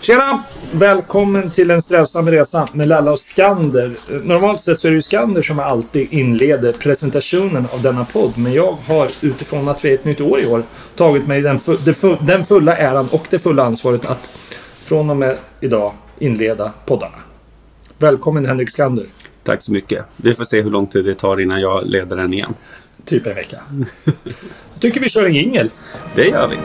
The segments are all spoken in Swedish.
Tjena! Välkommen till en strävsam resa med Lalla och Skander. Normalt sett så är det ju Skander som alltid inleder presentationen av denna podd. Men jag har utifrån att vi är ett nytt år i år tagit mig den fulla äran och det fulla ansvaret att från och med idag inleda poddarna. Välkommen Henrik Skander. Tack så mycket. Vi får se hur lång tid det tar innan jag leder den igen. Typ en vecka. Jag tycker vi kör en jingle. Det gör vi.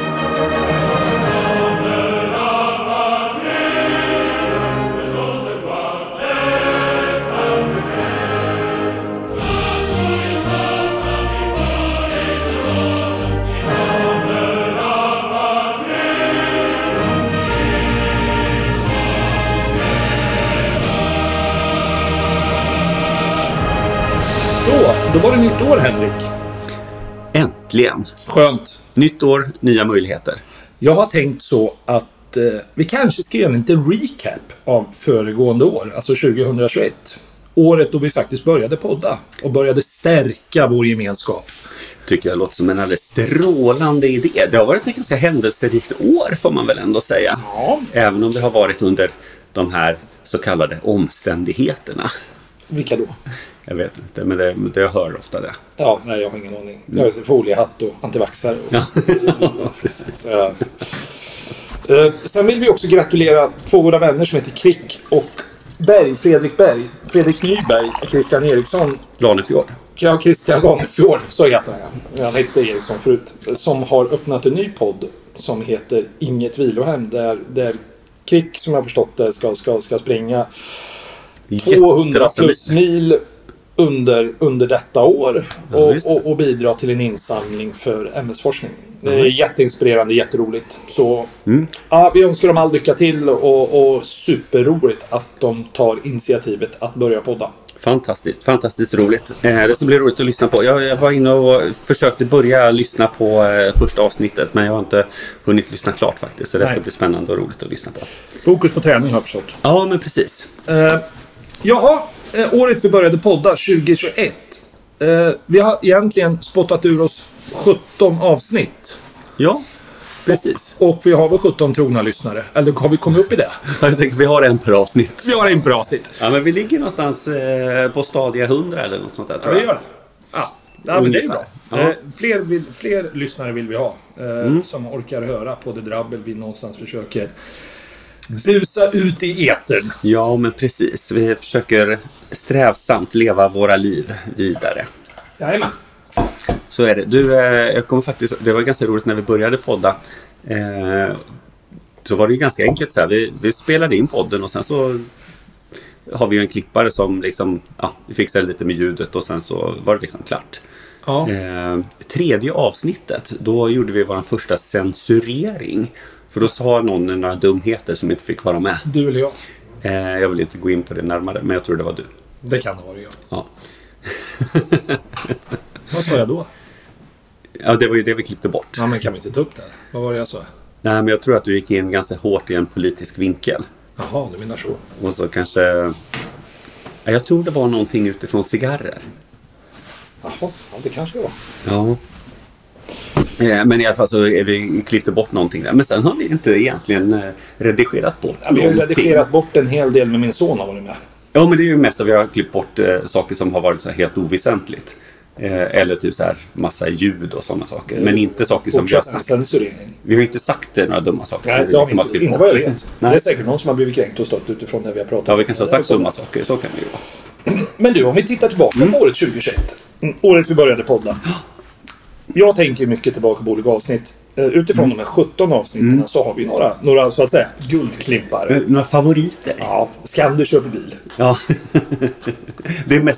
Då var det nytt år, Henrik. Äntligen. Skönt. Nytt år, nya möjligheter. Jag har tänkt så att vi kanske ska göra en liten recap av föregående år, alltså 2021. Året då vi faktiskt började podda och började stärka vår gemenskap. Tycker jag låter som en alldeles strålande idé. Det har varit ett ganska händelserikt år får man väl ändå säga. Ja. Även om det har varit under de här så kallade omständigheterna. Vilka då? Jag vet inte, men det jag hör ofta det. Ja, nej, jag har ingen aning. Jag har foliehatt och antivaxare. Och... Ja, precis. Så, sen vill vi också gratulera två våra vänner som heter Krick och Fredrik Berg. Fredrik Nyberg och Christian Eriksson. Lanefjord. Ja, Christian Lanefjord, så heter han. Han hette Eriksson förut. Som har öppnat en ny podd som heter Inget vilohem. Där Krick, som jag har förstått det, ska springa 200 plus mil under detta år och bidra till en insamling för MS-forskning. Det är jätteinspirerande, jätteroligt. Så ja, vi önskar dem all lycka till och superroligt att de tar initiativet att börja podda. Fantastiskt roligt. Det ska bli roligt att lyssna på. Jag var inne och försökte börja lyssna på första avsnittet, men jag har inte hunnit lyssna klart faktiskt. Så det ska bli spännande och roligt att lyssna på. Fokus på träning har jag förstått. Ja, men precis. Året vi började podda, 2021. Vi har egentligen spottat ur oss 17 avsnitt. Ja, precis. Och vi har väl 17 trogna lyssnare. Eller har vi kommit upp i det? Jag tänkte vi har en per avsnitt. Vi har en per avsnitt. Ja, men vi ligger någonstans på stadie 100 eller något sånt där, tror jag. Ja, vi gör det. Ja, men det är bra. Ja. Fler lyssnare vill vi ha. Som orkar höra på det drabbel vi någonstans försöker busa ut i etern. Ja, men precis. Vi försöker strävsamt leva våra liv vidare. Jajamän. Så är det. Jag kommer faktiskt... Det var ganska roligt när vi började podda. Så var det ju ganska enkelt så här. Vi spelade in podden och sen så har vi ju en klippare som liksom... Ja, vi fixade lite med ljudet och sen så var det liksom klart. Ja. Tredje avsnittet, då gjorde vi vår första censurering. För då sa någon några dumheter som inte fick vara med. Du eller jag? Jag vill inte gå in på det närmare, men jag tror det var du. Det kan det vara jag. Ja. Vad sa jag då? Ja, det var ju det vi klippte bort. Ja, men kan vi inte ta upp det? Vad var det jag sa? Nej, men jag tror att du gick in ganska hårt i en politisk vinkel. Jaha, du menar så. Och så kanske... Ja, jag tror det var någonting utifrån cigarrer. Jaha, ja, det kanske det var. Ja. Men i alla fall så är vi klippte bort någonting där. Men sen har vi inte egentligen redigerat bort vi har ju redigerat bort en hel del med min son har varit med. Ja, men det är ju mest att vi har klippt bort saker som har varit så här helt oväsentligt. Eller typ så här massa ljud och sådana saker. Men inte saker som vi har sagt. Vi har inte sagt några dumma saker. Nej, det har vi inte vad jag vet. Det är säkert någon som har blivit kränkt och stått utifrån när vi har pratat. Ja, vi kanske har sagt dumma saker. Så kan det ju vara. Men du, om vi tittar tillbaka på året 2021. Året vi började podda. Jag tänker mycket tillbaka på olika avsnitt. Utifrån de här 17 avsnitten så har vi några så att säga guldklimpar. Några favoriter. Ja, Skander köper bil. Ja. Det är mest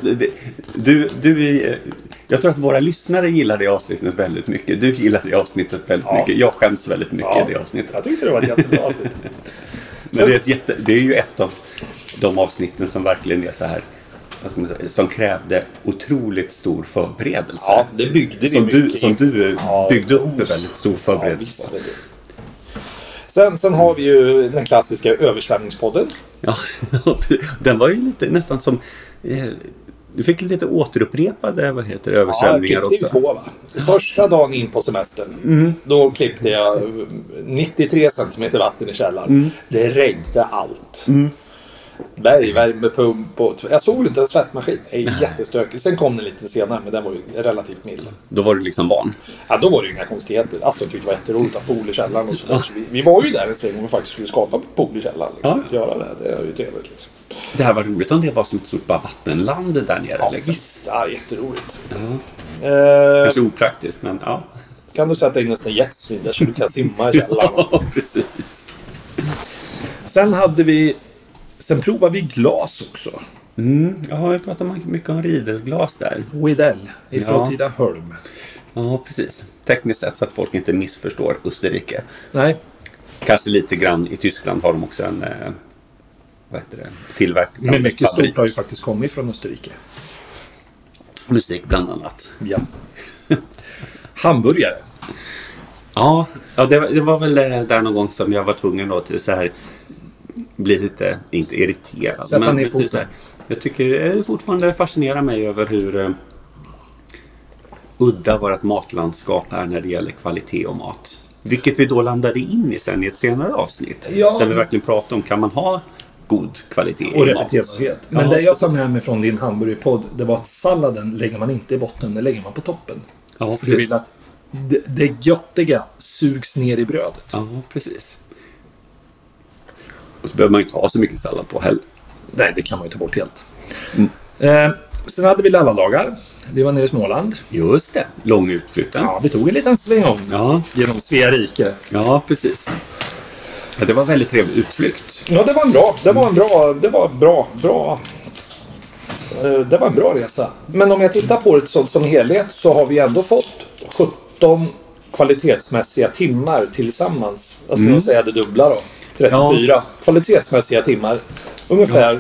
jag tror att våra lyssnare gillar det avsnittet väldigt mycket. Du gillar det avsnittet väldigt mycket. Jag skäms väldigt mycket i det avsnittet. Jag tyckte det var ett jättebra avsnitt. Men det är ju ett av de avsnitten som verkligen är så här, vad ska man säga, som krävde otroligt stor förberedelse. Ja, det byggde vi mycket. Som du byggde upp en väldigt stor förberedelse. Ja, sen har vi ju den klassiska översvämningspodden. Ja, den var ju lite nästan som Du fick lite återupprepade översvämningar också. Ja, jag klippte 2 va? Första dagen in på semestern. Då klippte jag 93 centimeter vatten i källaren. Det regnade allt. Bergvärmepump och... Jag såg ju inte en svettmaskin. Det är jättestökigt. Sen kom den lite senare, men den var ju relativt mild. Då var du liksom van? Ja, då var det ju inga konstigheter. Alltså, jag tyckte det var jätteroligt att pool i källaren och så. Vi var ju där en sväng och vi faktiskt skulle skapa pool i källaren. Liksom. Göra det är ju trevligt liksom. Det här var roligt om det var som ett stort vattenland där nere. Ja, liksom. visst. Ja, jätteroligt. Kanske opraktiskt, men ja. Kan du sätta in en sån jetsvin där så du kan simma i källaren? Ja, precis. Sen provade vi glas också. Ja, jag pratar mycket om riderglas där. Widell ifrån Tidaholm. Ja, precis. Tekniskt sett så att folk inte missförstår Österrike. Nej. Kanske lite grann i Tyskland har de också en tillverkning. Men mycket stort har ju faktiskt kommit från Österrike. Musik bland annat. Ja. Hamburgare. Ja, det var väl där någon gång som jag var tvungen då till så här bli lite, inte irriterad. Sätta ner foten. Så här, jag tycker fortfarande fascinerar mig över hur udda vårt matlandskap är när det gäller kvalitet och mat. Vilket vi då landade in i sen i ett senare avsnitt. Ja. Där vi verkligen pratar om, kan man ha god kvalitet och i mat? repeterbarhet. Men det jag sa med mig från din hamburgerpodd, det var att salladen lägger man inte i botten, den lägger man på toppen. Ja, för du vill att det göttiga sugs ner i brödet. Ja, precis. Och så behöver man inte ha så mycket sallad på heller. Nej, det kan man ju ta bort helt. Sen hade vi lalladagar. Vi var nere i Småland. Just det, lång utflykten. Ja, vi tog en liten sväng om genom Svea rike. Ja, precis. Ja, det var en väldigt trevlig utflykt. Ja, det var en bra resa. Men om jag tittar på det som helhet så har vi ändå fått 17 kvalitetsmässiga timmar tillsammans. Jag skulle säga det dubbla då. 34 kvalitetsmässiga timmar. Ungefär,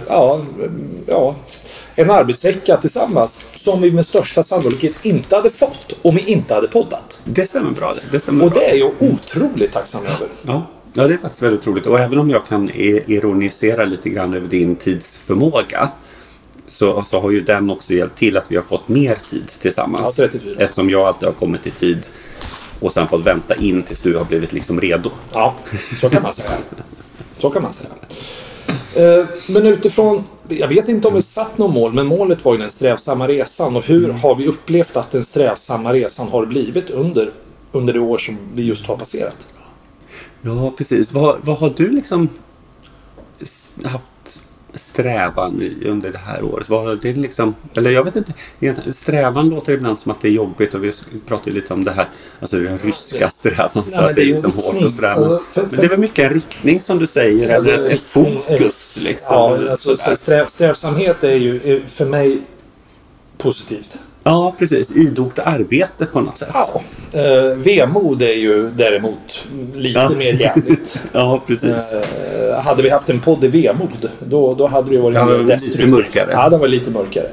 en arbetsvecka tillsammans som vi med största sannolikhet inte hade fått om vi inte hade poddat. Det stämmer bra. Det är jag otroligt tacksam över. Ja, det är faktiskt väldigt roligt. Och även om jag kan ironisera lite grann över din tidsförmåga så har ju den också hjälpt till att vi har fått mer tid tillsammans. Ja, 34. Eftersom jag alltid har kommit i tid och sen fått vänta in tills du har blivit liksom redo. Ja, så kan man säga. Men utifrån, jag vet inte om vi satt något mål, men målet var ju den strävsamma resan. Och hur har vi upplevt att den strävsamma resan har blivit under det år som vi just har passerat? Ja, precis. Vad har du liksom haft strävan i under det här året? Vad har det liksom, eller jag vet inte, strävan låter ibland som att det är jobbigt och vi pratar lite om det här, alltså den ryska strävan så att det är liksom hårt och sådär. Men det är väl mycket en riktning som du säger, eller ett fokus liksom. Ja, alltså strävsamhet är ju för mig positivt. Ja, precis. Idogt arbete på något sätt. Ja. Vemod är ju däremot lite mer jävligt. Ja, precis. Hade vi haft en podd i vemod, då hade det varit lite mörkare. Ja, det var lite mörkare.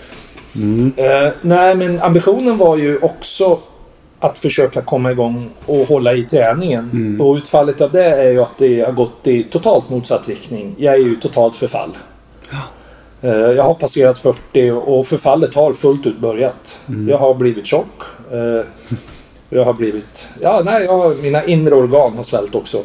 Nej, men ambitionen var ju också att försöka komma igång och hålla i träningen. Och utfallet av det är ju att det har gått i totalt motsatt riktning. Jag är ju totalt förfall. Jag har passerat 40 och förfallet har fullt ut börjat. Jag har blivit tjock. Jag har blivit... mina inre organ har svällt också.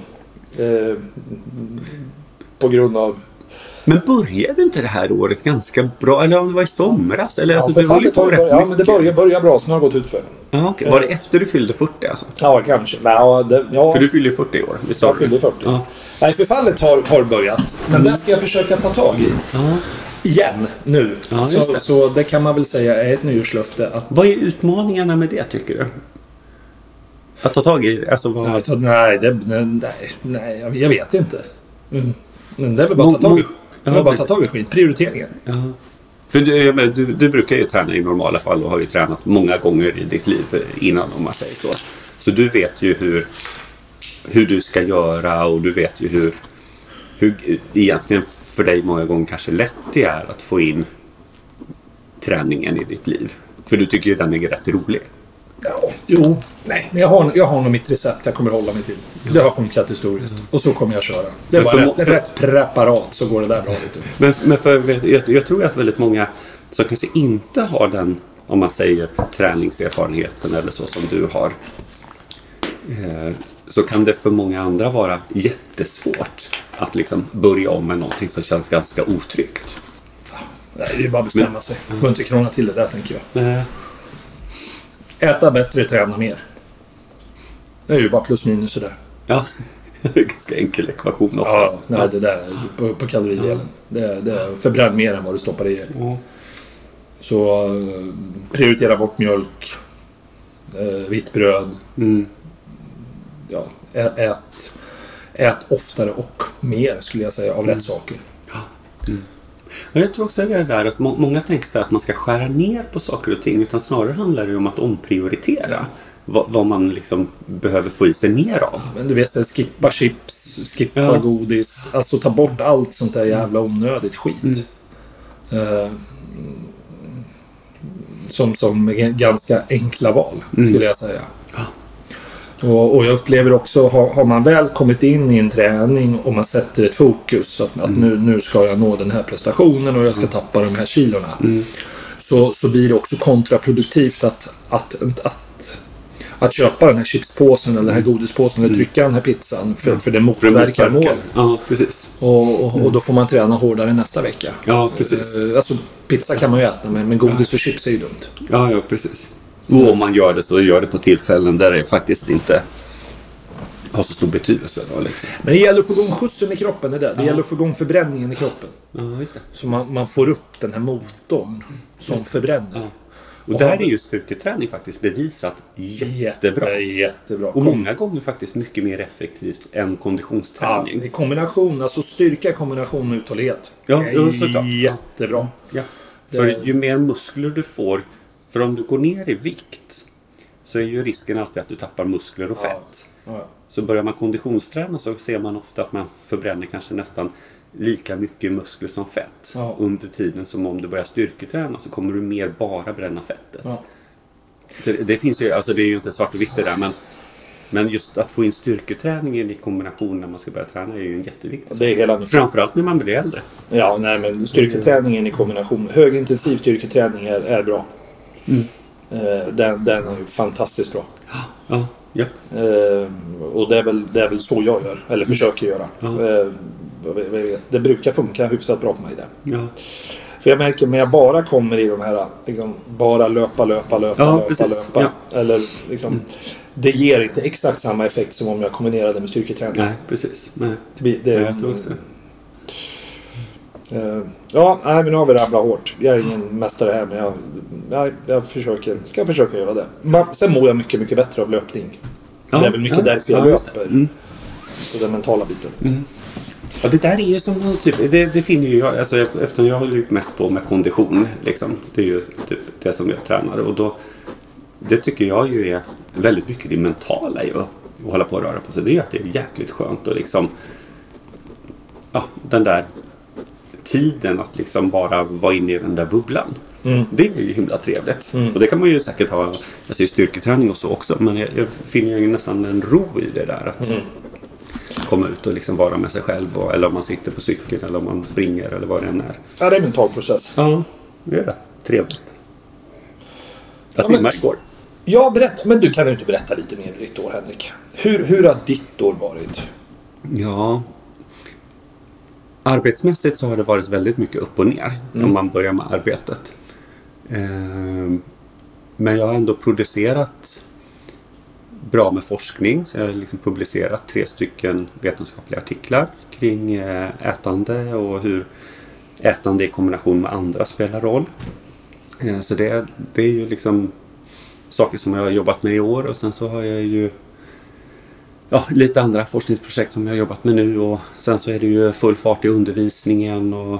På grund av... Men började inte det här året ganska bra? Eller om det var i somras? Eller, alltså, förfallet men det började bra, sen har det gått ut för. Ja, okay. Var det efter du fyllde 40 alltså? Ja, kanske. För du fyllde 40 år. Jag fyllde 40. Ja. Nej, förfallet har börjat. Men det ska jag försöka ta tag i. Igen nu. Ja, så det kan man väl säga är ett nyårslöfte. Vad är utmaningarna med det tycker du? Att ta tag i? Alltså, nej, jag vet inte. Men det är väl bara att ta tag i skit. Prioriteringen. Ja. För du brukar ju träna i normala fall och har ju tränat många gånger i ditt liv innan, om man säger så. Så du vet ju hur du ska göra och du vet ju hur egentligen för dig många gånger kanske lätt det är att få in träningen i ditt liv. För du tycker ju den är rätt rolig. Men jag har nog mitt recept jag kommer hålla mig till. Det har funkat historiskt. Och så kommer jag köra. Det är bara rätt preparat så går det där bra. Men för, jag tror att väldigt många som kanske inte har den, om man säger, träningserfarenheten eller så som du har, så kan det för många andra vara jättesvårt att liksom börja om med någonting som känns ganska otryggt. Nej, det är bara att bestämma sig. Går inte krångla till det där, tänker jag. Nej. Äta bättre, träna mer. Det är ju bara plus minus sådär. Ja, det är en ganska enkel ekvation oftast. Ja, nej, det där på kaloridelen. Det är förbränn mer än vad du stoppar i dig. Så prioritera bort mjölk, vitt bröd. Ja, ät oftare och mer, skulle jag säga, av rätt saker. Jag tror också det där att många tänker sig att man ska skära ner på saker och ting, utan snarare handlar det om att omprioritera vad man liksom behöver få i sig mer av. Men du vet, så skippa chips, skippa godis, alltså ta bort allt sånt där jävla onödigt skit. Som ganska enkla val, skulle jag säga. Och jag upplever också, har man väl kommit in i en träning och man sätter ett fokus att nu ska jag nå den här prestationen och jag ska tappa de här kilorna, så blir det också kontraproduktivt att köpa den här chipspåsen eller den här godispåsen eller trycka den här pizzan för det motverkar mål. Ja, precis. Och då får man träna hårdare nästa vecka. Ja, precis. Alltså pizza kan man ju äta, men godis och chips är ju dumt. Ja, precis. Och om man gör det så gör det på tillfällen där det faktiskt inte har så stor betydelse. Då, liksom. Men det gäller att få igång skjutsen i kroppen. Det gäller att få igång förbränningen i kroppen. Ja, just det. Så man får upp den här motorn som förbränner. Ja. Och där är ju styrketräning faktiskt bevisat jättebra. Och många gånger faktiskt mycket mer effektivt än konditionsträning. Ja, i kombination, alltså styrka i kombination med uthållighet. Ja, såklart. Jättebra. Ja. För ju mer muskler du får, för om du går ner i vikt så är ju risken alltid att du tappar muskler och fett. Ja. Så börjar man konditionsträna så ser man ofta att man förbränner kanske nästan lika mycket muskler som fett under tiden, som om du börjar styrketräna så kommer du mer bara bränna fettet. Ja. Så det finns ju, alltså det är ju inte svart och vitt det där, men just att få in styrketräningen i kombination när man ska börja träna är ju en jätteviktig sak. Framförallt när man blir äldre. Ja, nej, men styrketräningen i kombination, högintensiv styrketräning är bra. Den är ju fantastiskt bra. Ja. Och det är väl så jag gör, eller försöker göra. Det brukar funka hyfsat bra på mig där. Ja. För jag märker när jag bara kommer i de här liksom, bara löpa. Ja. Eller liksom, det ger inte exakt samma effekt som om jag kombinerar det med styrketräning. Nej, precis. Nej. Jag tror också. Men nu har vi rabblat hårt. Jag är ingen mästare här, men jag ska försöka göra det. Sen mår jag mycket, mycket bättre av löpning. Det är väl mycket därför jag löper. Så den mentala biten. Ja, det där är ju som typ, det finner ju jag, alltså, eftersom jag håller mest på med kondition liksom. Det är ju typ det som jag tränar, och då, det tycker jag ju är väldigt mycket det mentala i att hålla på och röra på sig. Det är ju att det är jäkligt skönt och liksom den där tiden att liksom bara vara inne i den där bubblan. Det är ju himla trevligt. Och det kan man ju säkert ha, alltså i styrketräning och så också, men jag finner ju nästan en ro i det där att komma ut och liksom vara med sig själv, eller om man sitter på cykeln eller om man springer eller vad det än är. Ja, det är en mental process. Ja, det är rätt trevligt. Jag simmar igår. Ja, men du kan ju inte berätta lite mer i ditt år, Henrik. Hur har ditt år varit? Ja, arbetsmässigt så har det varit väldigt mycket upp och ner om man börjar med arbetet. Men jag har ändå producerat bra med forskning, så jag har liksom publicerat 3 stycken vetenskapliga artiklar kring ätande och hur ätande i kombination med andra spelar roll. Så det är ju liksom saker som jag har jobbat med i år, och sen så har jag ju lite andra forskningsprojekt som jag har jobbat med nu, och sen så är det ju full fart i undervisningen, och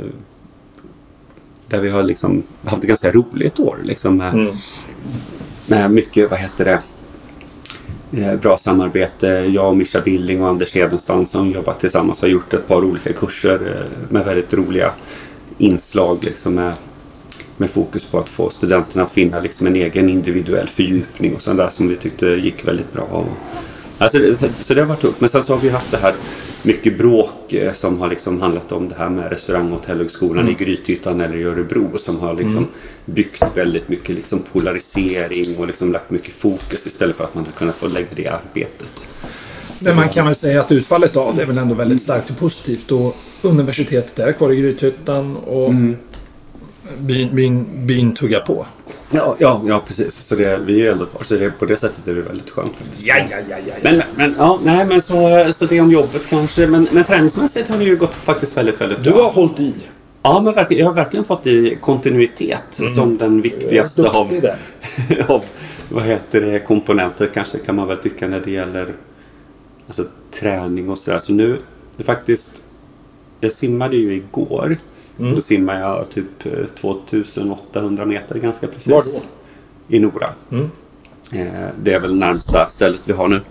där vi har liksom haft ett ganska roligt år liksom med mycket, bra samarbete. Jag och Mischa Billing och Anders Hedenstam som jobbat tillsammans har gjort ett par olika kurser med väldigt roliga inslag liksom med fokus på att få studenterna att finna liksom en egen individuell fördjupning och sånt där som vi tyckte gick väldigt bra. Alltså, så det har varit upp. Men sen så har vi haft det här mycket bråk som har liksom handlat om det här med restaurang- och hotellhögskolan i Grythyttan eller i Örebro som har liksom byggt väldigt mycket liksom polarisering och liksom lagt mycket fokus istället för att man har kunnat få lägga det i arbetet. Men man kan väl säga att utfallet av det är väl ändå väldigt starkt och positivt. Och universitetet är kvar i Grythyttan och byn tuggar på. Ja, precis. Så vi är ändå kvar. Så på det sättet är det väldigt skönt faktiskt. Ja. Men så det om jobbet kanske. Men träningsmässigt har det ju gått faktiskt väldigt, väldigt bra. Du har hållit i. Ja, men jag har verkligen fått i kontinuitet som den viktigaste av komponenter kanske kan man väl tycka när det gäller alltså, träning och sådär. Så nu faktiskt, jag simmade ju igår. Då simmar jag typ 2800 meter ganska precis. Var då? I Nora. Det är väl närmsta stället vi har nu.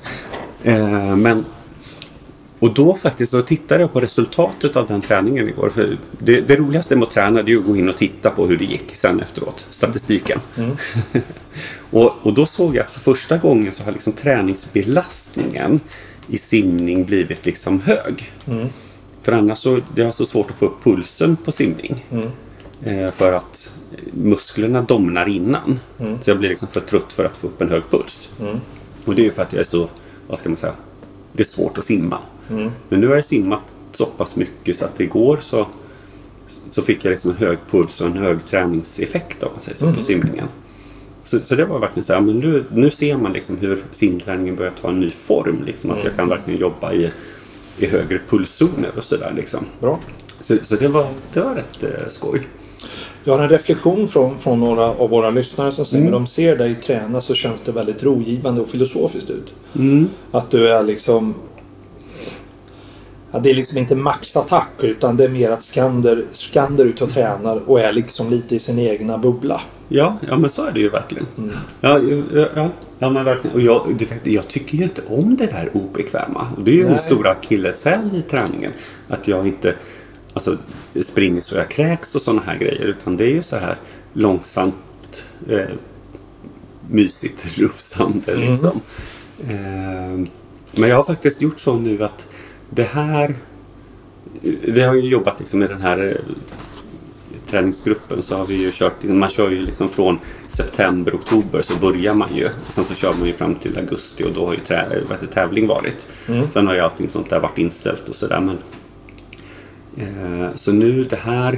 Och då faktiskt så tittade jag på resultatet av den träningen igår. För det roligaste med att träna är ju att gå in och titta på hur det gick sen efteråt. Statistiken. och då såg jag att för första gången så har liksom träningsbelastningen i simning blivit liksom hög. För annars så det är så svårt att få upp pulsen på simning. För att musklerna domnar innan. Så jag blir liksom för trött för att få upp en hög puls. Och det är ju för att jag är så, vad ska man säga, det är svårt att simma. Men nu har jag simmat så pass mycket så att igår så fick jag liksom en hög puls och en hög träningseffekt om man säger så, på simningen. Så det var verkligen så här, men nu ser man liksom hur simträningen börjar ta en ny form. Liksom, att jag kan verkligen jobba i högre pulszoner och sådär liksom. Bra. Så det var rätt skoj. Jag har en reflektion från några av våra lyssnare som säger, men de ser dig träna så känns det väldigt rogivande och filosofiskt ut. Att du är liksom, det är liksom inte maxattack utan det är mer att Skander ut och tränar och är liksom lite i sin egna bubbla. Ja men så är det ju verkligen. Ja men verkligen. Och jag tycker ju inte om det där obekväma. Och det är ju min stora akilleshäl i träningen. Att jag inte springer så jag kräks och sådana här grejer. Utan det är ju så här långsamt mysigt rufsande liksom. Men jag har faktiskt gjort så nu att vi har ju jobbat liksom med den här träningsgruppen, så har vi ju kört, man kör ju liksom från september, oktober så börjar man ju, sen så kör man ju fram till augusti och då har ju tävling varit. Sen har ju allting sånt där varit inställt och sådär, men så nu det här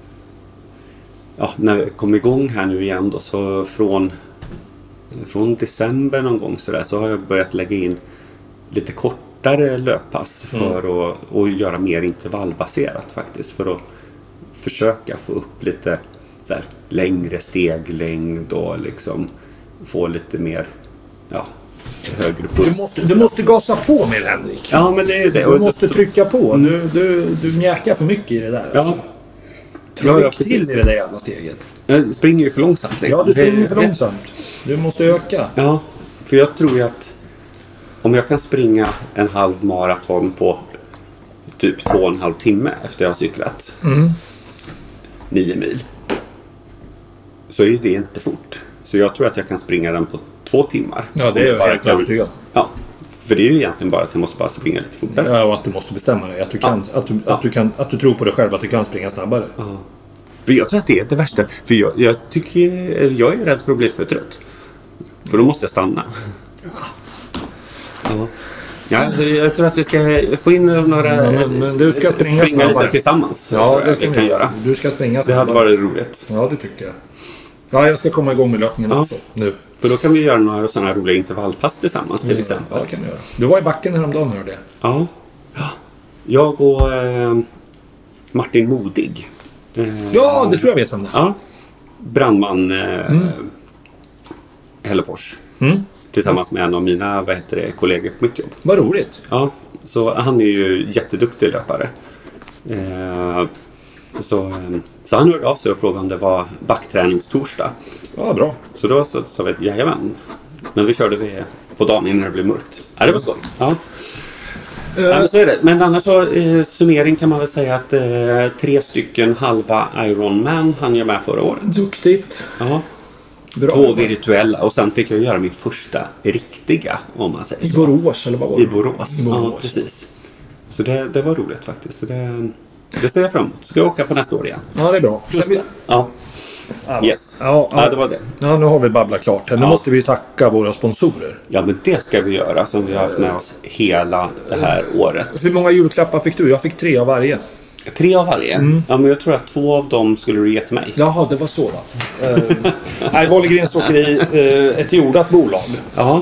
när jag kom igång här nu igen då, så från december någon gång så där, så har jag börjat lägga in lite kortare löppass för att göra mer intervallbaserat faktiskt, för att försöka få upp lite så här, längre steglängd och liksom få lite mer högre puls. Du måste gasa på med Henrik. Ja, men det är det. Du måste trycka på. Du mjäkar för mycket i det där. Ja. Tryck till i det där jävla steget. Jag springer ju för långsamt. Liksom. Ja, du springer för långsamt. Du måste öka. Ja, för jag tror ju att om jag kan springa en halv maraton på typ 2,5 timme efter jag har cyklat 9 mil, så är det inte fort. Så jag tror att jag kan springa den på 2 timmar. Ja, det är jag helt övertygad. Ja, för det är ju egentligen bara att jag måste bara springa lite fortare. Ja, och att du måste bestämma dig. Att du kan, att du tror på dig själv att du kan springa snabbare. Ja. För jag tror att det är det värsta. För jag är rädd för att bli för trött. För då måste jag stanna. Ja, jag tror att vi ska få in några... Men du ska springa lite tillsammans. Ja, det kan göra. Du ska springa snabbare. Det hade varit roligt. Ja, det tycker jag. Ja, jag ska komma igång med löpningen också nu. För då kan vi göra några sådana roliga intervallpass tillsammans till exempel. Ja, det kan vi göra. Du var i backen häromdagen, hörde jag. Ja. Jag och Martin Modig. Ja, det tror jag vet om det. Ja. Brandman Hällefors. Tillsammans med en av mina kollegor på mitt jobb. Vad roligt. Ja, så han är ju jätteduktig löpare. Så han hörde av sig och frågade om det var backträningstorsdag. Ja, bra. Så då sa vi, jajamän. Men vi körde det på dagen innan det blev mörkt. Ja, det var skoj. Ja. Men så är det. Men annars så summering kan man väl säga att 3 stycken halva Ironman hann jag med förra året. Duktigt. Ja. Bra. 2 virtuella och sen fick jag göra min första riktiga, om man säger I så. Borås eller vad var det? I Borås. Ja, precis. Så det var roligt faktiskt. Så det ser jag fram emot. Ska jag åka på nästa år igen? Ja, det är bra. Ja. Yes. Ja, det var det. Ja, nu har vi babblat klart. Nu måste vi ju tacka våra sponsorer. Ja, men det ska vi göra som vi har haft med oss hela det här året. Hur många julklappar fick du? Jag fick 3 av varje. 3 av varje? Ja, men jag tror att 2 av dem skulle du ge till mig. Jaha, det var så va? Nej, Wahlgrens åkeri, ett jordat bolag. Ja.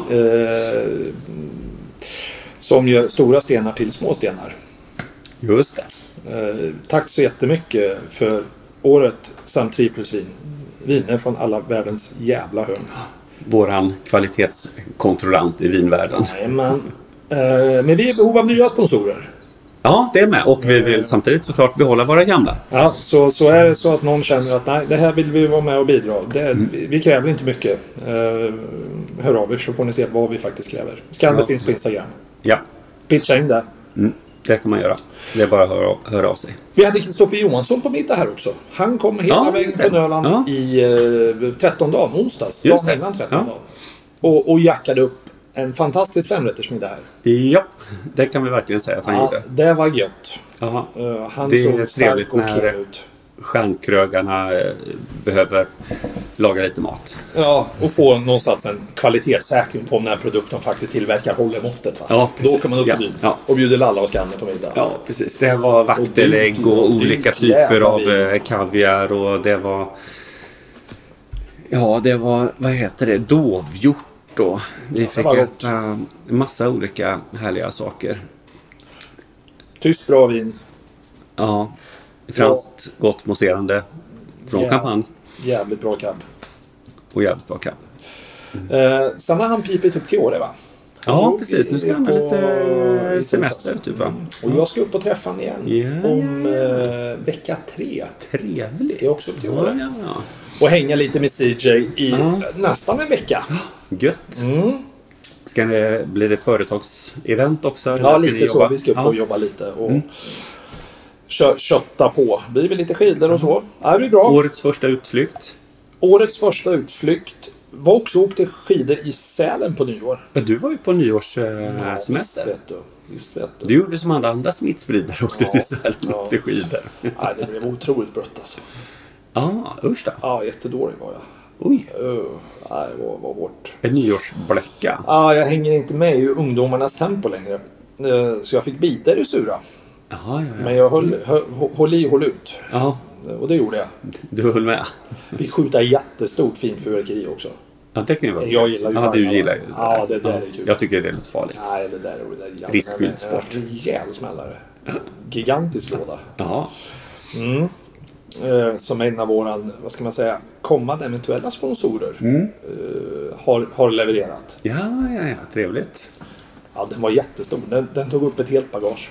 Som gör stora stenar till små stenar. Just det. Tack så jättemycket för året samt 3 plus vin. Viner från alla världens jävla hörn. Våran kvalitetskontrollant i vinvärlden. Jajamän. Men vi är i behov av nya sponsorer. Ja, det är med. Och vi vill samtidigt såklart behålla våra gamla. Ja, så är det så att någon känner att nej, det här vill vi vara med och bidra. Vi kräver inte mycket. Hör av er så får ni se vad vi faktiskt kräver. Skanner finns på Instagram. Ja. Pitcha in där. Det kan man göra. Det är bara att höra av sig. Vi hade Kristoffer Johansson på middag här också. Han kom hela vägen från Öland i 13 dagen, onsdags. Dagen innan 13 dagen. Och jackade upp en fantastisk 5-rättersmiddag här. Ja, det kan vi verkligen säga att han gjorde. Det var gött. Ja. Han det såg är stark trevligt och när klen ut. stjärnkrögarna behöver laga lite mat. Ja, och få någonstans en kvalitetssäkring på om den här produkten faktiskt tillverkar håller måttet. Va? Ja, då kan man upp till och bjuder lalla och skanner på middag. Ja, precis. Det var vaktelägg och olika typer av kaviar och det var... Ja, det var, vad heter det? Dovhjort då. Vi fick äta massa olika härliga saker. Tyst bra vin. Ja, franskt gott mousserande från champagne. Jävligt bra cab. Och jävligt bra cab. Sen har han pipit upp till Åre va? Ja, precis. Nu ska han ha lite semester typ va? Och jag ska upp och träffa han igen om vecka 3. Trevligt. Ska jag också upp till Åre. Ja. Och hänga lite med CJ i nästan en vecka. Gött. Blir det företagsevent också? Ja, lite så. Vi ska upp och jobba lite och kötta på. Det blir väl lite skidor och så. Ja, det blir bra. Årets första utflykt. Årets första utflykt var också åkte skidor i Sälen på nyår. Ja, du var ju på nyårssemester. Visst vet du. Du gjorde som alla andra smittspridare och åkte till Sälen och åkte skidor. Nej, det blev otroligt brött alltså. Usch då. Ja, jättedålig var jag. Oj. Nej, det var hårt. En nyårsbläcka. Ja, jag hänger inte med i ungdomarnas tempo längre. Så jag fick bita i det sura. Ja. Men jag höll ut. Ja. Och det gjorde jag. Du höll med. Vi skjuter jättestort fint fyrverkeri också. Ja, det kan ju vara. Jag gillar ju du gillar ju det. Ja, det där är kul. Jag tycker det är lite farligt. Nej, det där är riskfylld sport. Rejäl smällare. Gigantisk låda. Ja. Som en av våran, vad ska man säga, kommande eventuella sponsorer har levererat. Ja, trevligt. Ja, den var jättestor. Den tog upp ett helt bagage.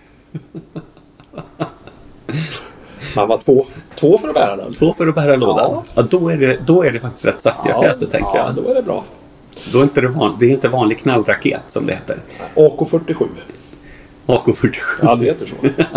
Man var två för att bära den. 2 för att bära lådan. Ja, då är det faktiskt rätt saftiga pjäser, tänker jag. Ja, då är det bra. Då är inte det är inte vanlig knallraket som det heter. AK47. AK47. Ja, det heter så.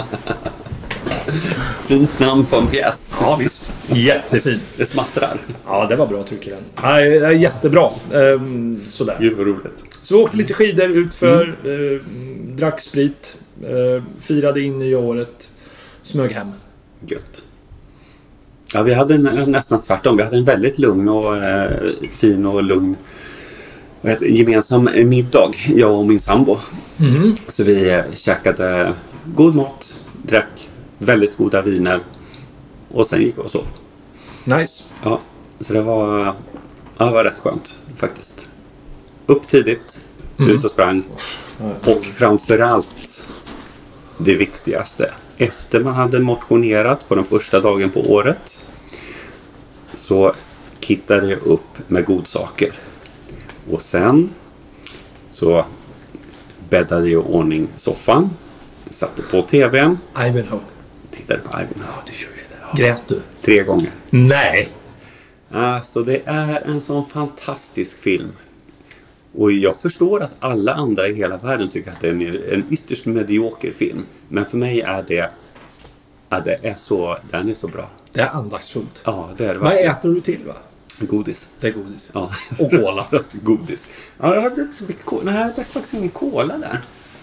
Fint namn på en pjäs. Ja, visst. Jättefin. Det smattrar. Ja, det var bra tycker jag. Nej, jättebra. Sådär. Gud vad roligt. Så vi åkte lite skidor utför, drack sprit, firade in nya året, smög hem. Gött. Ja, vi hade nästan tvärtom. Vi hade en väldigt lugn och fin och lugn gemensam middag, jag och min sambo. Så vi käkade god mat, drack väldigt goda viner och sen gick vi och sov. Nice. Ja, så det var rätt skönt faktiskt. Upp tidigt, ut och sprang och framförallt det viktigaste. Efter man hade motionerat på den första dagen på året så kittade jag upp med godsaker. Och sen så bäddade jag ordning soffan, satte på tvn. Ivanhoe. Tittade på Ivanhoe. Ja, du gör ju det. Ja. Grät du? 3 gånger. Nej! Alltså det är en sån fantastisk film. Och jag förstår att alla andra i hela världen tycker att det är en ytterst medioker film. Men för mig är den är så bra. Det är andaktsfullt. Ja, det är det. Vad äter du till va? Godis. Det är godis. Ja. Och cola. Godis. Ja, jag hade inte så mycket cola. Nej, jag drack faktiskt ingen cola där.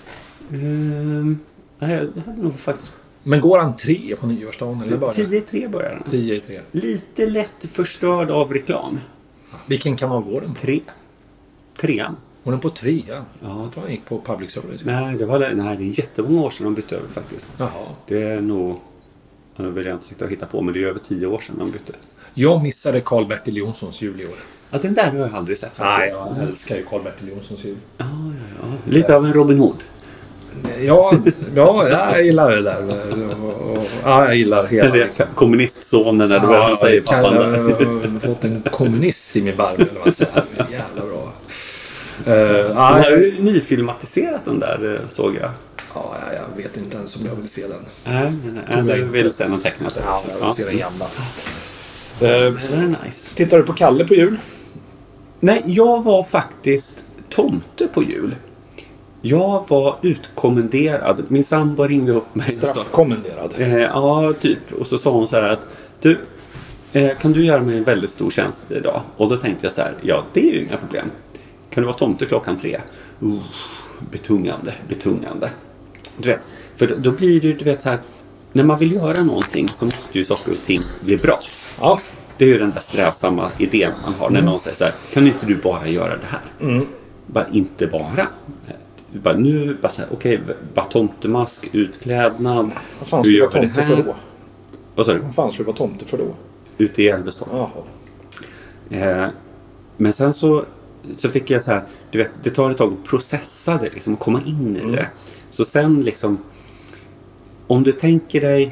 Nej, jag hade nog faktiskt... Men går han 3 på nyårsdagen eller bara? 10-3 börjar den. 10-3. Lite lätt förstörd av reklam. Vilken kanal går den på? 3. 3. Hon är på 3, ja. Ja. Jag tror han gick på public service. Nej, det är jättemånga år sedan de bytte över faktiskt. Jaha. Det är nog... Nu vill jag inte sitta och hitta på, men det är över 10 år sedan de bytte. Jag missade Carl-Bertil Jonssons jul i år. Ja, den där har jag aldrig sett Nej, faktiskt. jag älskar ju Carl-Bertil Jonssons jul. Ja. Lite av en Robin Hood. Ja, jag gillar det där. Ja, jag gillar hela. Liksom. Kommunistsonen när du börjar säga pappan där. Jag har fått en kommunist i min barm. Eller vad säger. Jävla bra. De har ju nyfilmatiserat den där, såg jag. Ja, jag vet inte ens om jag vill se den. Nej, jag vill se den tecknat. Ja, jag vill se den gamla. Det är nice. Tittar du på Kalle på jul? Nej, jag var faktiskt tomte på jul. Jag var utkommenderad. Min sambo ringde upp mig. Straffkommenderad? Ja, typ. Och så sa hon så här att du, kan du göra mig en väldigt stor tjänst idag? Och då tänkte jag så här, ja det är ju inga problem. Kan du vara tomte 3:00? Betungande. Du vet, för då blir det, du vet så här, när man vill göra någonting så måste ju saker och ting bli bra. Ja. Det är ju den där strävsamma idén man har när någon säger så här, kan inte du bara göra det här? Bara inte bara. Bara nu, bara så här, okej, bara tomtemask, utklädnad. Vad fan skulle du vara tomte för då? Vad sa du? Vad fan skulle du vara tomte för då? Ute i Älvestorp. Jaha. Men sen så fick jag så här, du vet, det tar ett tag att processa det liksom, och komma in i det. Så sen liksom, om du tänker dig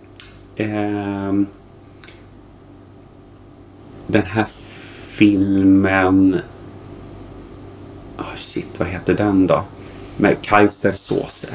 den här filmen, vad heter den då? Med Kaiser Soze.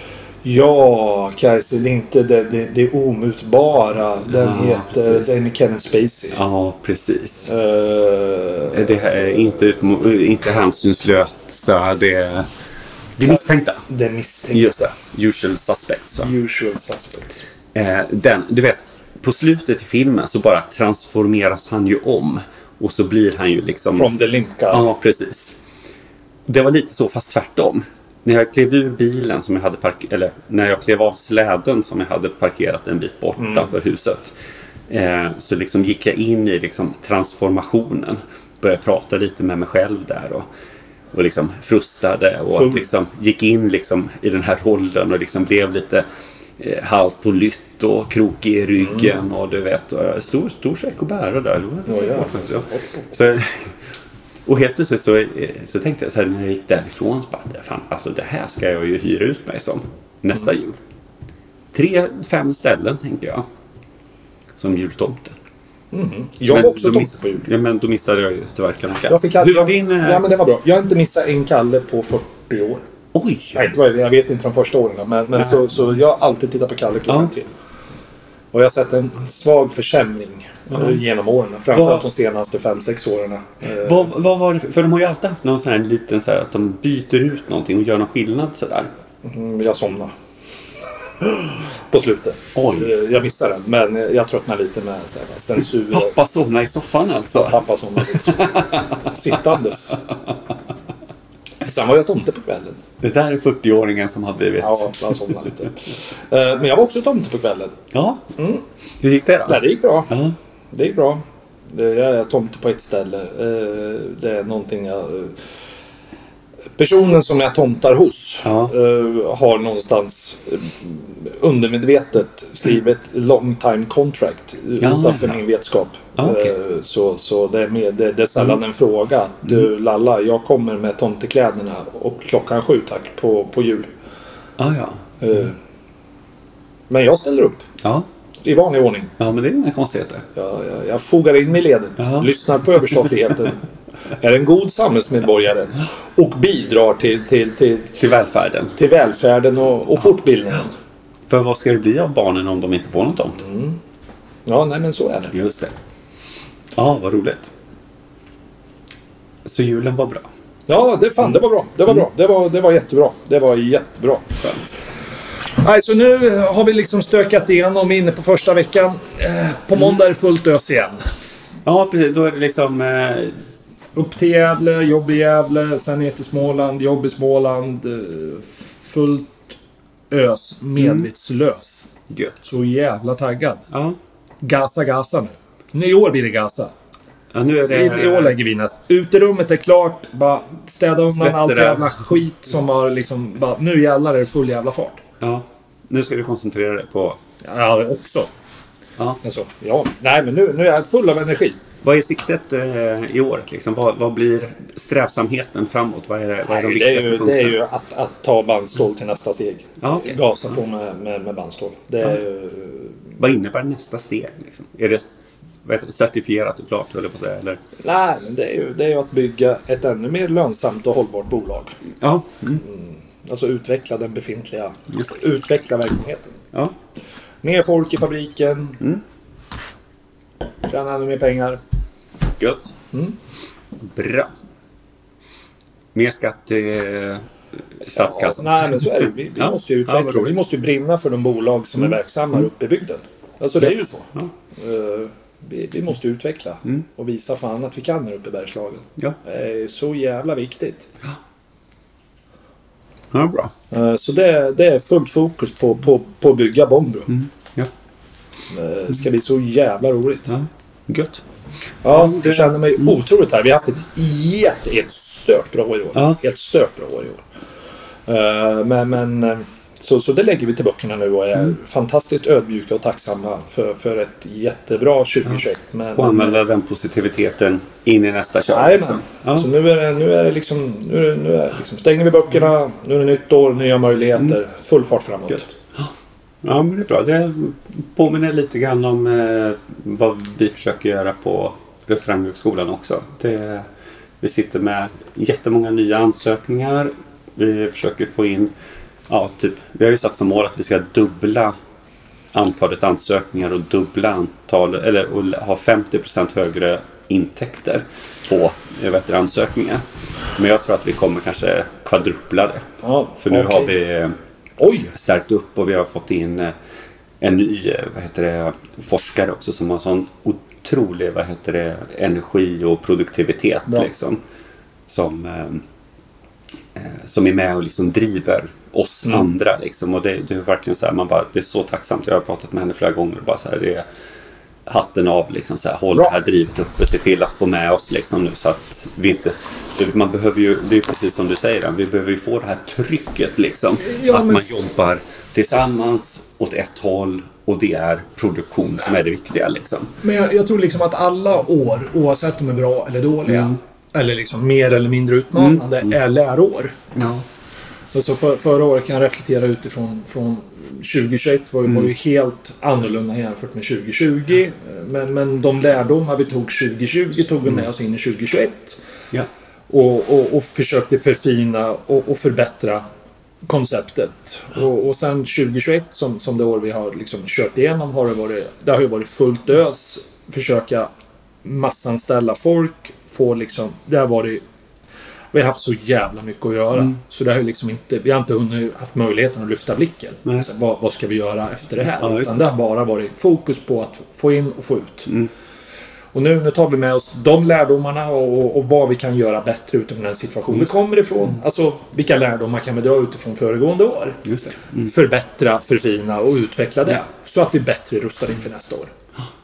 Ja, Kaiser, det är inte det är omutbara. Den heter, det är med Kevin Spacey. Ja, precis. Det är inte hänsynslösa, det är misstänkta. Det är misstänkta. Just det, usual suspects. Så. Usual suspects. Den, du vet, på slutet i filmen så bara transformeras han ju om. Och så blir han ju liksom... From the Limca. Ja, precis. Det var lite så, fast tvärtom. När jag klev ur bilen som jag hade eller när jag klev av släden som jag hade parkerat en bit bort utanför huset, så liksom gick jag in i liksom transformationen. Började prata lite med mig själv där och liksom frustade och liksom gick in liksom i den här rollen och liksom blev lite halt och lytt och krokig i ryggen och du vet, stor säck att bära där. Så och helt plötsligt så tänkte jag så här, när jag gick därifrån så bara, fan, alltså det här ska jag ju hyra ut mig som nästa jul. 3-5 ställen tänkte jag som jultomte. Jag var också tomte på jul. Ja, men då missade jag ju tyvärr Kalle. Ja, men det var bra. Jag har inte missat en Kalle på 40 år. Oj! Jag vet inte de första åren, men så jag har alltid tittat på Kalle klockan 3. Och jag har sett en svag försämring genom åren. Framförallt de senaste 5-6 åren. Vad var det? För de har ju alltid haft någon sån här liten så här, att de byter ut någonting och gör någon skillnad sådär. Jag somnar. På slutet. Oj. Jag missar den. Men jag tröttnar lite med så här, censur. Pappa somnar i soffan alltså. Pappa somnar lite. Sittandes. Sen var jag tomte på kvällen. Det där är 40-åringen som har blivit... Ja, han somnade lite. Men jag var också tomte på kvällen. Ja. Hur gick det då? Nej, det gick bra. Ja. Det gick bra. Jag är tomte på ett ställe. Det är någonting jag... Personen som jag tomtar hos har någonstans undermedvetet skrivit long time contract utanför min vetskap. Okay. Så det är, det är sällan en fråga. Du Lalla, jag kommer med tomtekläderna och 7:00 tack på jul. Men jag ställer upp. Ja. I vanlig ordning. Ja, men det är inga konstigheter. Jag fogar in mig i ledet. Lyssnar på överstatligheten. Är en god samhällsmedborgare och bidrar till välfärden. Till välfärden och fortbildningen. För vad ska det bli av barnen om de inte får något tomt? Ja, nej men så är det. Just det. Ja, vad roligt. Så julen var bra. Ja, det var bra. Det var jättebra. Det var jättebra. Nej, så nu har vi liksom stökat igenom inne på första veckan. På måndag är det fullt ös igen. Ja, precis. Då är det liksom... Upp till Gävle, jobb i Gävle, sen ner till Småland, jobb i Småland. Fullt ös, medvetslös. Gött. Så jävla taggad. Ja. Gasa nu. I år blir det gasa. Ja, nu är det... I år lägger vi näst. Uterummet är klart. Bara städa undan Släppte allt det. jävla skit som har liksom... Bara, nu jävlar är det full jävla fart. Ja. Nu ska du koncentrera dig på... Ja, också. Ja. Alltså, ja. Nej, men nu är jag full av energi. Vad är siktet i året? Liksom? Vad blir strävsamheten framåt? Vad är de viktigaste punkterna? Det är ju att ta bandstål till nästa steg. Ja, okay. Gasa på med bandstål. Det är ju... Vad innebär nästa steg? Liksom? Är det certifierat och klart? Eller på att säga, eller? Nej, men det är ju att bygga ett ännu mer lönsamt och hållbart bolag. Ja. Alltså utveckla den befintliga... Utveckla verksamheten. Ja. Mer folk i fabriken. Tjäna ännu mer pengar. Gött. Bra. Mer skatt till statskassan. Ja, nej, men så är det. Vi måste ju utveckla. Vi måste ju brinna för de bolag som är verksamma uppe i bygden. Alltså det är ju så. Ja. Vi måste utveckla och visa fan att vi kan här uppe i Bergslagen. Ja. Det är så jävla viktigt. Ja, bra. Så det är fullt fokus på att bygga Bonbro. Ja. Det ska bli så jävla roligt. Ja. Gött. Ja, jag känner mig otroligt här. Vi har haft ett helt stört bra år i år. Ja. Helt stört bra år i år. Men så det lägger vi till böckerna nu och är fantastiskt ödmjuka och tacksamma för ett jättebra 2021. Ja. Och använda den positiviteten in i nästa kör. Nej, liksom. Så nu är det liksom stänger vi böckerna, nu är det nytt år, nya möjligheter, full fart framåt. Gött. Ja, men det är bra. Det påminner lite grann om vad vi försöker göra på Restauranghögskolan också. Vi sitter med jättemånga nya ansökningar. Vi försöker få in, vi har ju satt som mål att vi ska dubbla antalet ansökningar och dubbla och ha 50% högre intäkter på ansökningar. Men jag tror att vi kommer kanske kvadrupla det. Ja, för nu har vi stärkt upp och vi har fått in en ny forskare också som har sån otrolig energi och produktivitet liksom, som är med och liksom driver oss andra liksom. Och det är verkligen så här, det är så tacksamt. Jag har pratat med henne flera gånger och bara så här, det är hatten av liksom, så här, håll det här drivet uppe, se till att få med oss liksom, nu så att vi inte, man behöver ju, det är precis som du säger, vi behöver ju få det här trycket liksom, att man jobbar tillsammans åt ett håll och det är produktion som är det viktiga liksom. Men jag tror liksom att alla år, oavsett om de är bra eller dåliga eller liksom mer eller mindre utmanande, är lärår. Ja. Alltså förra året kan jag reflektera utifrån från 2021 var ju helt annorlunda jämfört med 2020. Men de lärdomar vi tog 2020 tog vi med oss in i 2021. Ja. Och försökte förfina och förbättra konceptet. Och sen 2021 som det år vi har liksom kört igenom det har ju varit fullt ös. Försöka massanställa folk. Vi har haft så jävla mycket att göra. Så det har liksom inte, vi har inte haft möjligheten att lyfta blicken. Så vad ska vi göra efter det här? Ja, utan det har bara varit fokus på att få in och få ut. Och nu tar vi med oss de lärdomarna och vad vi kan göra bättre utifrån den situation vi kommer ifrån. Alltså vilka lärdomar kan vi dra utifrån föregående år? Just det. Förbättra, förfina och utveckla det. Så att vi bättre rustar inför nästa år.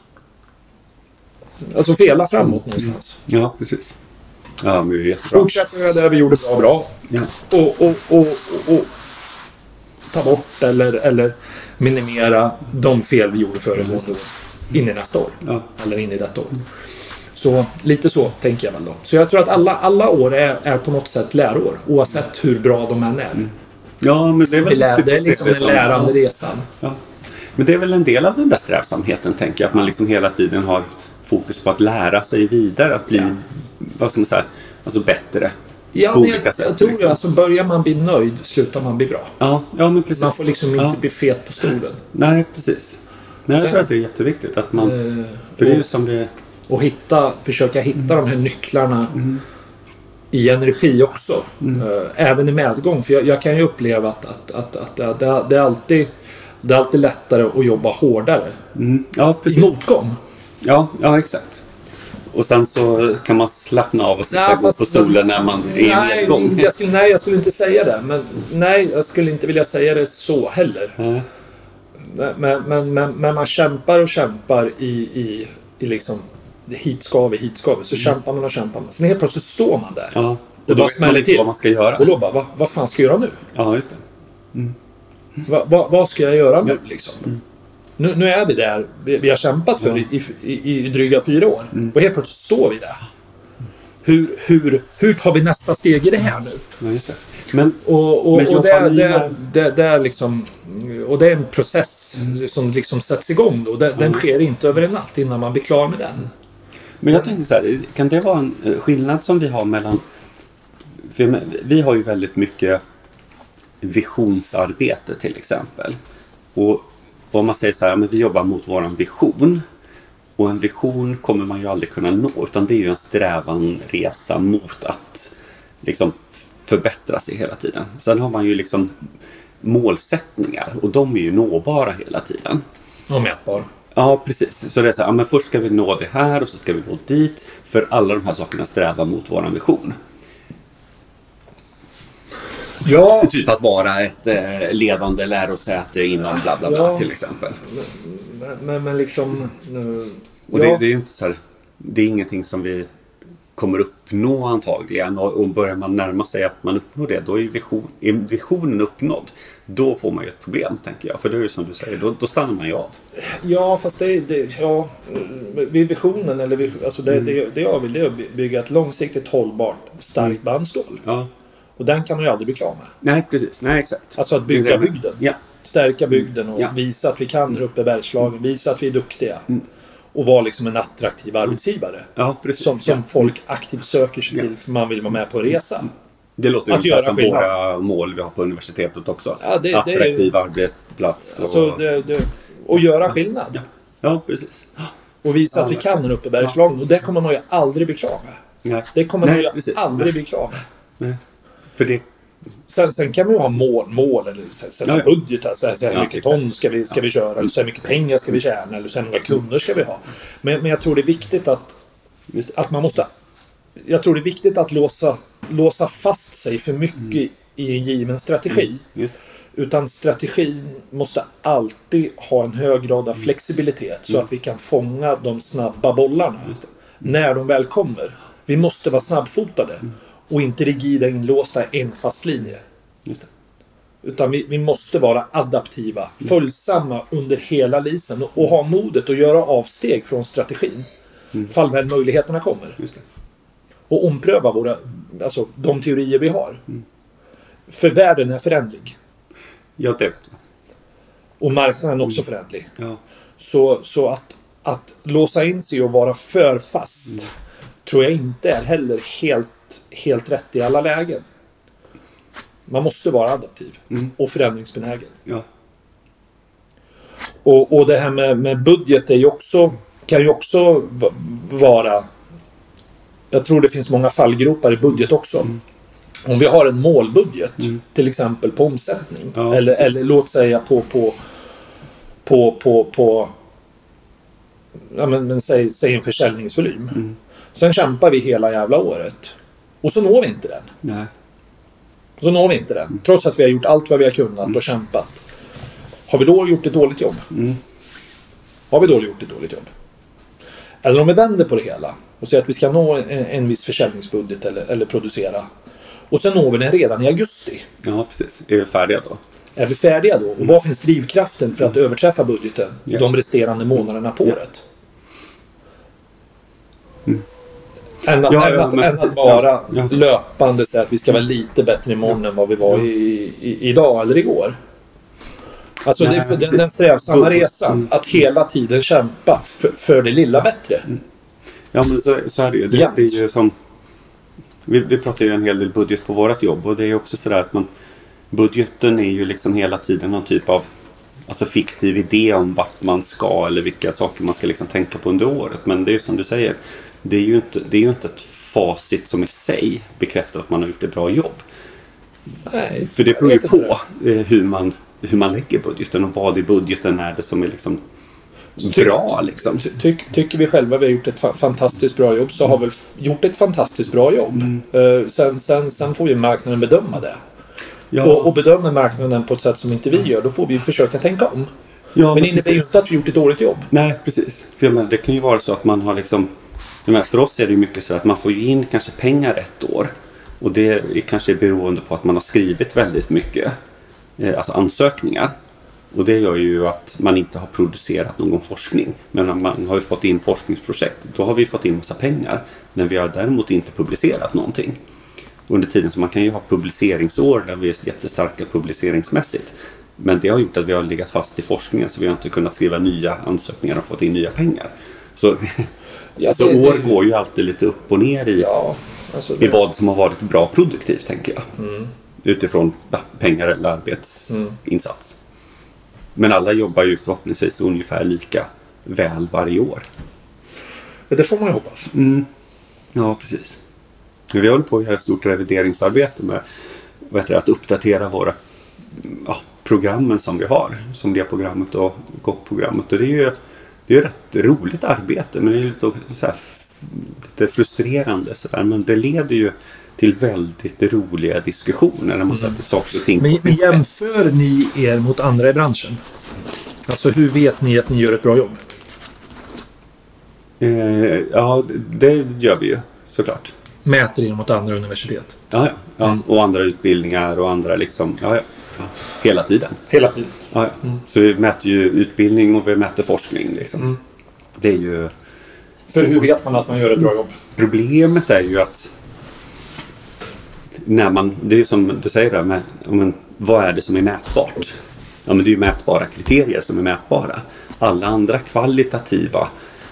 Alltså fela framåt någonstans. Ja, precis. Ja, men det är fortsätta med det vi gjorde bra. Ja. Och ta bort eller minimera de fel vi gjorde föregående år in i nästa år. Ja. Eller in i detta år. Så lite så tänker jag väl då. Så jag tror att alla år är på något sätt lärår. Oavsett hur bra de än är. Ja, men det är väl det är liksom en lärande resan. Ja. Men det är väl en del av den där strävsamheten, tänker jag. Att man liksom hela tiden har fokus på att lära sig vidare. Att bli, vad ska man säga, alltså bättre. Ja, men jag tror liksom. Alltså börjar man bli nöjd, slutar man bli bra. Ja men precis. Man får liksom inte bli fet på stolen. Nej, precis. Nej, jag tror att det är jätteviktigt att man... för det är ju som det... Och försöka hitta de här nycklarna i energi också. Även i medgång. För jag kan ju uppleva att det är alltid lättare att jobba hårdare. Ja, precis. I motgång. Ja, exakt. Och sen så kan man slappna av och sitta gå på stolen när man är i medgång. Jag skulle inte säga det. Men nej, jag skulle inte vilja säga det så heller. Men man kämpar och kämpar i liksom hit ska vi. Så kämpar man och kämpar man. Sen helt plötsligt står man där. Ja. Och då smäller till. Vad man ska göra. Och då bara, vad fan ska jag göra nu? Ja, just det. Vad ska jag göra nu liksom? Nu är vi där vi har kämpat för i dryga 4 år. Och helt plötsligt står vi där. Hur tar vi nästa steg i det här nu? Ja, just det. Men det är liksom, och det är en process som liksom sätts igång då. Den sker inte över en natt innan man blir klar med den. Men jag tänker så här, kan det vara en skillnad som vi har mellan... För vi har ju väldigt mycket visionsarbete till exempel. Och om man säger så här, men vi jobbar mot våran vision. Och en vision kommer man ju aldrig kunna nå, utan det är ju en strävanresa mot att liksom förbättra sig hela tiden. Sen har man ju liksom målsättningar och de är ju nåbara hela tiden. Och mätbar. Ja, precis. Så det är så här, men först ska vi nå det här och så ska vi gå dit, för alla de här sakerna strävar mot våran vision. Ja. Typ att vara ett ledande lärosäte inom bla bla bla till exempel. Men liksom... Och det är ju inte så här, det är ingenting som vi kommer uppnå antagligen. Och börjar man närma sig att man uppnår det, då är visionen uppnådd. Då får man ju ett problem, tänker jag. För det är ju som du säger, då stannar man ju av. Ja, fast vid visionen, eller alltså det jag vill, det är att bygga ett långsiktigt hållbart, starkt bandstål. Ja. Och den kan man ju aldrig bli klar med. Nej, precis. Nej, exakt. Alltså att bygga bygden. Ja. Stärka bygden och visa att vi kan här uppe i Bergslagen. Visa att vi är duktiga. Och vara liksom en attraktiv arbetsgivare. Ja, precis. Som folk aktivt söker sig till, för man vill vara med på resan. Det låter ju som våra mål vi har på universitetet också. Ja, attraktiv arbetsplats. Och göra skillnad. Ja, precis. Och visa att vi kan här uppe i Bergslagen. Och det kommer man ju aldrig bli klar med. Nej. Det kommer man ju aldrig bli klar med. Nej. För det... Sen kan man ju ha mål eller sätta budgetar. Så här mycket ton ska vi köra. Eller så här mycket pengar ska vi tjäna. Eller så här många kunder ska vi ha. Men jag tror det är viktigt att man måste... Jag tror det är viktigt att låsa fast sig för mycket i en given strategi. Just det. Utan strategin måste alltid ha en hög grad av flexibilitet. Så att vi kan fånga de snabba bollarna. När de väl kommer. Vi måste vara snabbfotade. Och inte rigida, inlåsta i en fast linje. Just det. Utan vi måste vara adaptiva. Följsamma under hela lisen. Och ha modet att göra avsteg från strategin. Fall väl möjligheterna kommer. Just det. Och ompröva de teorier vi har. För världen är förändlig. Ja, det vet jag. Och marknaden är också förändlig. Ja. Så att låsa in sig och vara för fast tror jag inte är heller helt rätt i alla lägen. Man måste vara adaptiv och förändringsbenägen. Ja. Och det här med budget kan ju också vara... Jag tror det finns många fallgropar i budget också. Om vi har en målbudget, till exempel på omsättning, eller låt säga säg en försäljningsvolym. Sen kämpar vi hela jävla året. Och så når vi inte den. Nej. Så når vi inte den. Trots att vi har gjort allt vad vi har kunnat och kämpat. Har vi då gjort ett dåligt jobb? Har vi då gjort ett dåligt jobb? Eller om vi vänder på det hela och säger att vi ska nå en viss försäljningsbudget eller producera. Och sen når vi den redan i augusti. Ja, precis. Är vi färdiga då? Är vi färdiga då? Och vad finns drivkraften för att överträffa budgeten de resterande månaderna på året? Än att bara löpande säga att vi ska vara lite bättre imorgon än vad vi var idag eller igår. Alltså det är den strävsamma resan. Att hela tiden kämpa för det lilla bättre. Ja, men så är det ju. Det är ju som... Vi pratar ju en hel del budget på vårt jobb. Och det är också sådär att budgeten är ju liksom hela tiden någon typ av fiktiv idé om vart man ska eller vilka saker man ska liksom tänka på under året. Men det är ju som du säger, det är ju inte ett facit som i sig bekräftar att man har gjort ett bra jobb. Nej, för det beror ju på hur man lägger budgeten och vad i budgeten är det som är liksom bra liksom. Tycker vi själva vi har gjort ett fantastiskt bra jobb, så har vi gjort ett fantastiskt bra jobb. Sen får ju marknaden bedöma det. Ja. Och bedömer marknaden på ett sätt som inte vi gör, då får vi försöka tänka om. Ja, men det innebär ju inte att vi gjort ett dåligt jobb. Nej, precis. För jag menar, det kan ju vara så att man har liksom... Jag menar, för oss är det ju mycket så att man får ju in kanske pengar ett år. Och det är kanske beroende på att man har skrivit väldigt mycket alltså ansökningar. Och det gör ju att man inte har producerat någon forskning. Men man har ju fått in forskningsprojekt. Då har vi fått in massa pengar. Men vi har däremot inte publicerat någonting. Under tiden, så man kan ju ha publiceringsår där vi är jättestarka publiceringsmässigt. Men det har gjort att vi har legat fast i forskningen, så vi har inte kunnat skriva nya ansökningar och fått in nya pengar. Så, år går ju alltid lite upp och ner i vad som har varit bra produktivt, tänker jag. Utifrån pengar eller arbetsinsats. Men alla jobbar ju förhoppningsvis ungefär lika väl varje år. Det får man ju hoppas. Ja, precis. Vi håller på att göra ett stort revideringsarbete med att uppdatera våra programmen som vi har. Som det programmet och GOP-programmet. Och det är ju rätt roligt arbete, men det är lite frustrerande. Men det leder ju till väldigt roliga diskussioner när man sätter saker och ting på sin spets. Men jämför ni er mot andra i branschen? Alltså hur vet ni att ni gör ett bra jobb? Ja, det gör vi ju såklart. Mäter er mot andra universitet? Ja. Och andra utbildningar och andra liksom, hela tiden. Hela tiden? Ja. Så vi mäter ju utbildning och vi mäter forskning liksom. Det är ju... För hur vet man att man gör ett bra jobb? Problemet är ju att det är som du säger där, men vad är det som är mätbart? Ja, men det är ju mätbara kriterier som är mätbara. Alla andra kvalitativa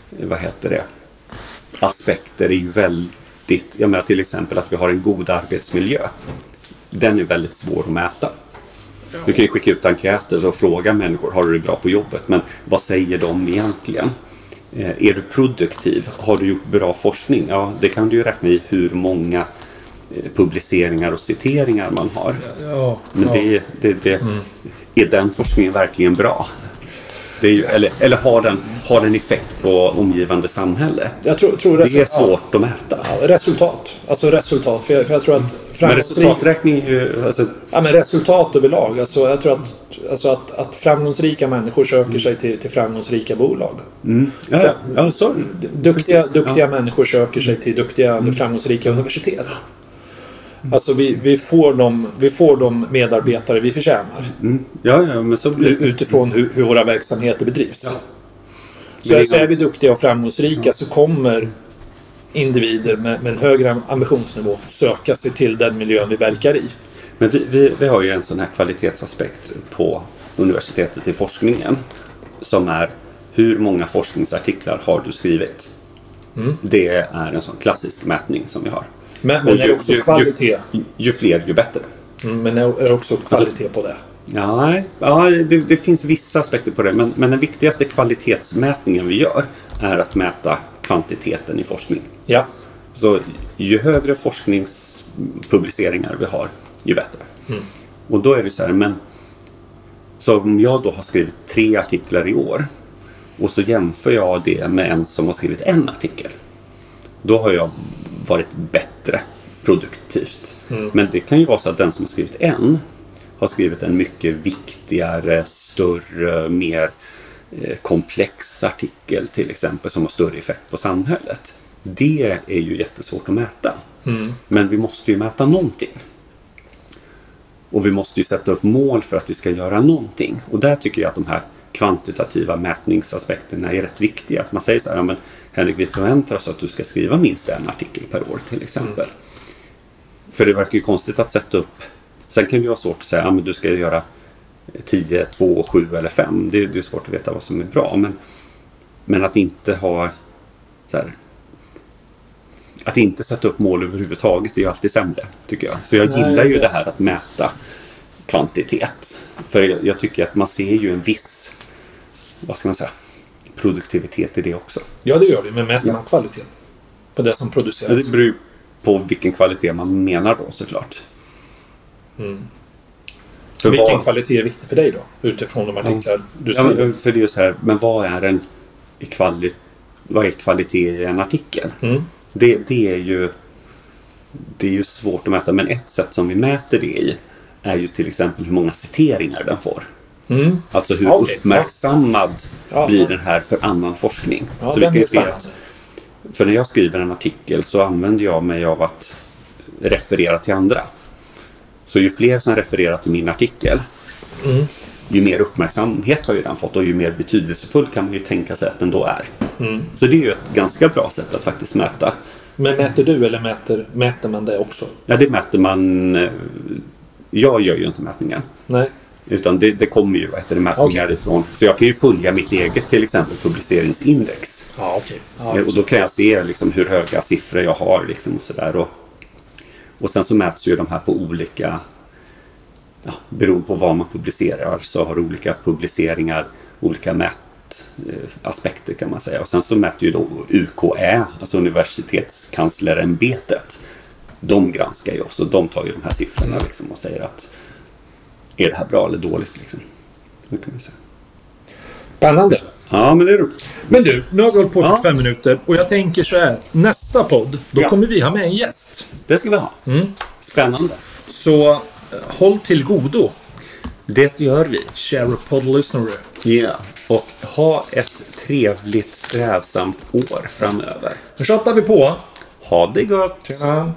aspekter är ju väldigt, jag menar till exempel att vi har en god arbetsmiljö. Den är väldigt svår att mäta. Du kan ju skicka ut enkäter och fråga människor, har du det bra på jobbet? Men vad säger de egentligen? Är du produktiv? Har du gjort bra forskning? Ja, det kan du ju räkna i hur många publiceringar och citeringar man har. Men är den forskningen verkligen bra? Det är ju, eller har den effekt på omgivande samhälle? Jag tror det är svårt att mäta. Ja, resultat. För jag tror att men resultaträkning är ju... Alltså... Ja, men resultat överlag. Jag tror att framgångsrika människor söker sig till framgångsrika bolag. Duktiga människor söker sig till duktiga framgångsrika universitet. Alltså vi får de medarbetare vi förtjänar. Men så utifrån hur våra verksamheter bedrivs. Så är vi duktiga och framgångsrika så kommer individer med en högre ambitionsnivå söka sig till den miljön vi verkar i. Men vi har ju en sån här kvalitetsaspekt på universitetet i forskningen som är hur många forskningsartiklar har du skrivit? Det är en sån klassisk mätning som vi har. Men är det också kvalitet? Ju fler, ju bättre. Men är det också kvalitet på det? Det finns vissa aspekter på det. Men den viktigaste kvalitetsmätningen vi gör är att mäta kvantiteten i forskning. Ja. Så ju högre forskningspubliceringar vi har, ju bättre. Och då är det så här, men så om jag då har skrivit 3 artiklar i år och så jämför jag det med en som har skrivit en artikel. Då har jag varit bättre produktivt. Men det kan ju vara så att den som har skrivit en har skrivit en mycket viktigare, större, mer komplex artikel till exempel som har större effekt på samhället. Det är ju jättesvårt att mäta. Men vi måste ju mäta någonting. Och vi måste ju sätta upp mål för att vi ska göra någonting. Och där tycker jag att de här kvantitativa mätningsaspekterna är rätt viktiga. Att man säger så här, men Henrik, vi förväntar oss att du ska skriva minst en artikel per år till exempel. För det verkar ju konstigt att sätta upp. Sen kan det vara svårt att säga, men du ska göra 10, 2, 7 eller 5. Det är svårt att veta vad som är bra. Men att inte ha så här, att inte sätta upp mål överhuvudtaget är ju alltid sämre, tycker jag. Så jag gillar ju det här att mäta kvantitet. För jag tycker att man ser ju en viss, vad ska man säga, produktivitet i det också. Ja, det gör det. Men mäter man kvalitet på det som produceras? Det beror på vilken kvalitet man menar då, såklart. Vilken kvalitet är viktig för dig då? Utifrån de artiklar du skriver? För det är ju så här, men vad är en vad är kvalitet i en artikel? Det är ju svårt att mäta, men ett sätt som vi mäter det i är ju till exempel hur många citeringar den får. Alltså hur uppmärksammad blir den här för annan forskning. Ja, så vi kan ju se att, för när jag skriver en artikel så använder jag mig av att referera till andra. Så ju fler som refererar till min artikel, ju mer uppmärksamhet har ju den fått, och ju mer betydelsefull kan man ju tänka sig att den då är. Så det är ju ett ganska bra sätt att faktiskt mäta. Men mäter du eller mäter man det också? Ja, det mäter man. Jag gör ju inte mätningen. Nej. Utan det kommer ju mätningar ifrån. Så jag kan ju följa mitt eget till exempel publiceringsindex. Ja, okej. Ja, och då kan jag se liksom hur höga siffror jag har liksom och sådär. Och sen så mäts ju de här på olika, beroende på vad man publicerar, så har olika publiceringar olika mätaspekter kan man säga. Och sen så mäter ju då UKÄ, alltså Universitetskanslerämbetet. De granskar ju också, de tar ju de här siffrorna liksom och säger att är det här bra eller dåligt liksom. Det kan vi säga. Spännande. Ja, men det är roligt. Men du, nu har vi hållit på 45 minuter och jag tänker så här, nästa podd, då kommer vi ha med en gäst. Det ska vi ha. Spännande. Så håll till godo. Det gör vi. Kära poddlyssnare. Ja, och ha ett trevligt, strävsamt år framöver. Nu tjatar vi på. Ha det gott. Tjena.